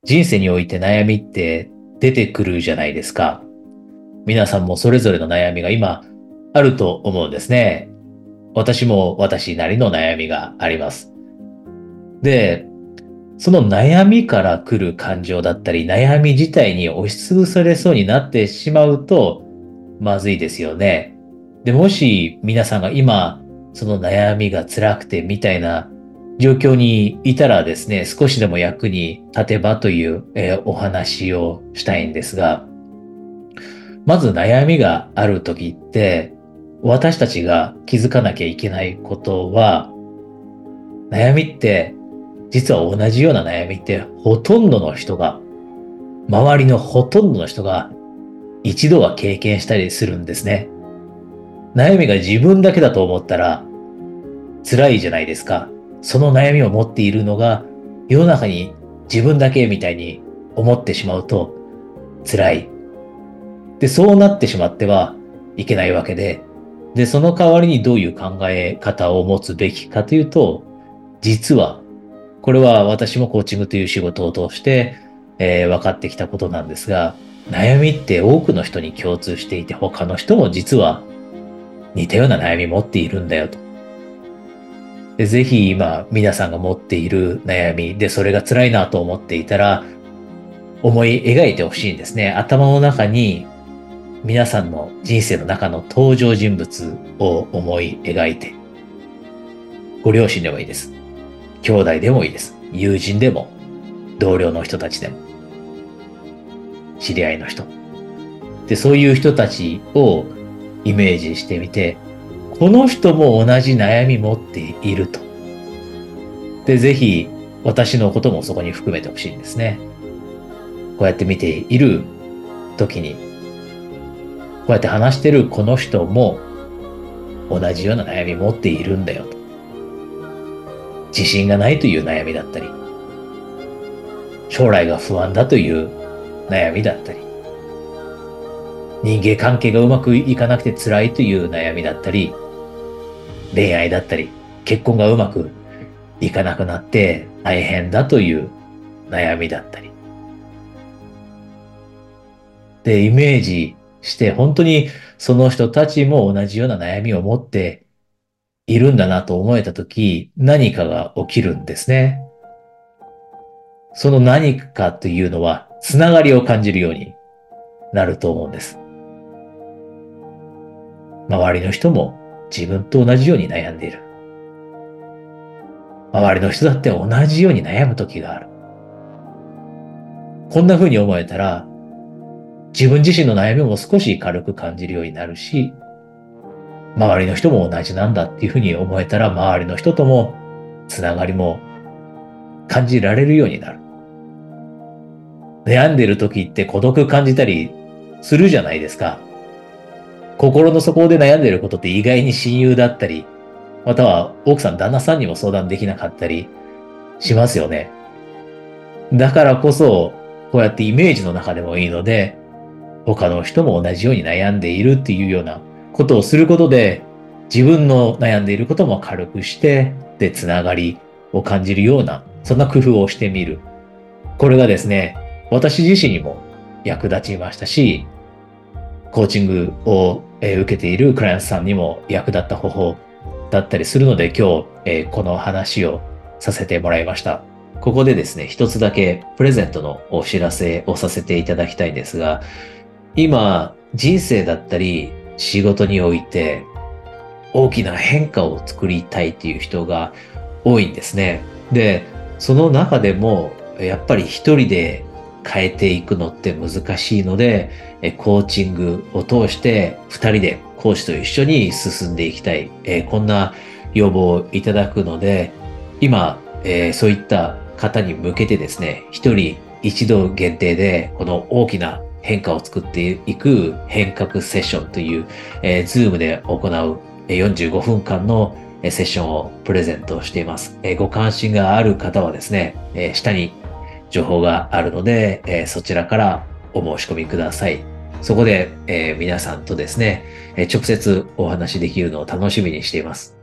人生において悩みって出てくるじゃないですか。皆さんもそれぞれの悩みが今あると思うんですね。私も私なりの悩みがあります。で、その悩みから来る感情だったり、悩み自体に押しつぶされそうになってしまうとまずいですよね。で、もし皆さんが今その悩みが辛くてみたいな状況にいたらですね、少しでも役に立てばという、お話をしたいんですが、まず悩みがある時って、私たちが気づかなきゃいけないことは、悩みって、実は同じような悩みってほとんどの人が、周りのほとんどの人が一度は経験したりするんですね。悩みが自分だけだと思ったら辛いじゃないですか。その悩みを持っているのが世の中に自分だけみたいに思ってしまうと辛い。で、そうなってしまってはいけないわけで、で、その代わりにどういう考え方を持つべきかというと、実は、これは私もコーチングという仕事を通して、分かってきたことなんですが、悩みって多くの人に共通していて、他の人も実は似たような悩み持っているんだよと。で、ぜひ今皆さんが持っている悩みで、それが辛いなと思っていたら、思い描いてほしいんですね。頭の中に皆さんの人生の中の登場人物を思い描いて、ご両親でもいいです。兄弟でもいいです。友人でも、同僚の人たちでも、知り合いの人。で、そういう人たちをイメージしてみて、この人も同じ悩み持っていると。で、ぜひ私のこともそこに含めてほしいんですね。こうやって見ている時に、こうやって話してるこの人も同じような悩み持っているんだよと。自信がないという悩みだったり、将来が不安だという悩みだったり、人間関係がうまくいかなくて辛いという悩みだったり、恋愛だったり、結婚がうまくいかなくなって大変だという悩みだったり。で、イメージして本当にその人たちも同じような悩みを持っているんだなと思えたとき、何かが起きるんですね。その何かというのは、つながりを感じるようになると思うんです。周りの人も自分と同じように悩んでいる。周りの人だって同じように悩む時がある。こんな風に思えたら、自分自身の悩みも少し軽く感じるようになるし、周りの人も同じなんだっていう風に思えたら、周りの人ともつながりも感じられるようになる。悩んでる時って孤独感じたりするじゃないですか。心の底で悩んでることって意外に親友だったり、または奥さん、旦那さんにも相談できなかったりしますよね。だからこそ、こうやってイメージの中でもいいので、他の人も同じように悩んでいるっていうようなことをすることで、自分の悩んでいることも軽くして、で、つながりを感じるような、そんな工夫をしてみる。これがですね、私自身にも役立ちましたし、コーチングを受けているクライアントさんにも役立った方法だったりするので、今日この話をさせてもらいました。ここでですね、一つだけプレゼントのお知らせをさせていただきたいんですが、今、人生だったり仕事において大きな変化を作りたいっていう人が多いんですね。で、その中でもやっぱり一人で変えていくのって難しいので、コーチングを通して二人でコーチと一緒に進んでいきたい。こんな要望をいただくので、今、そういった方に向けてですね、一人一度限定でこの大きな変化を作っていく変革セッションという、Zoom で行う45分間のセッションをプレゼントしています。ご関心がある方はですね、下に情報があるので、そちらからお申し込みください。そこで、皆さんとですね、直接お話しできるのを楽しみにしています。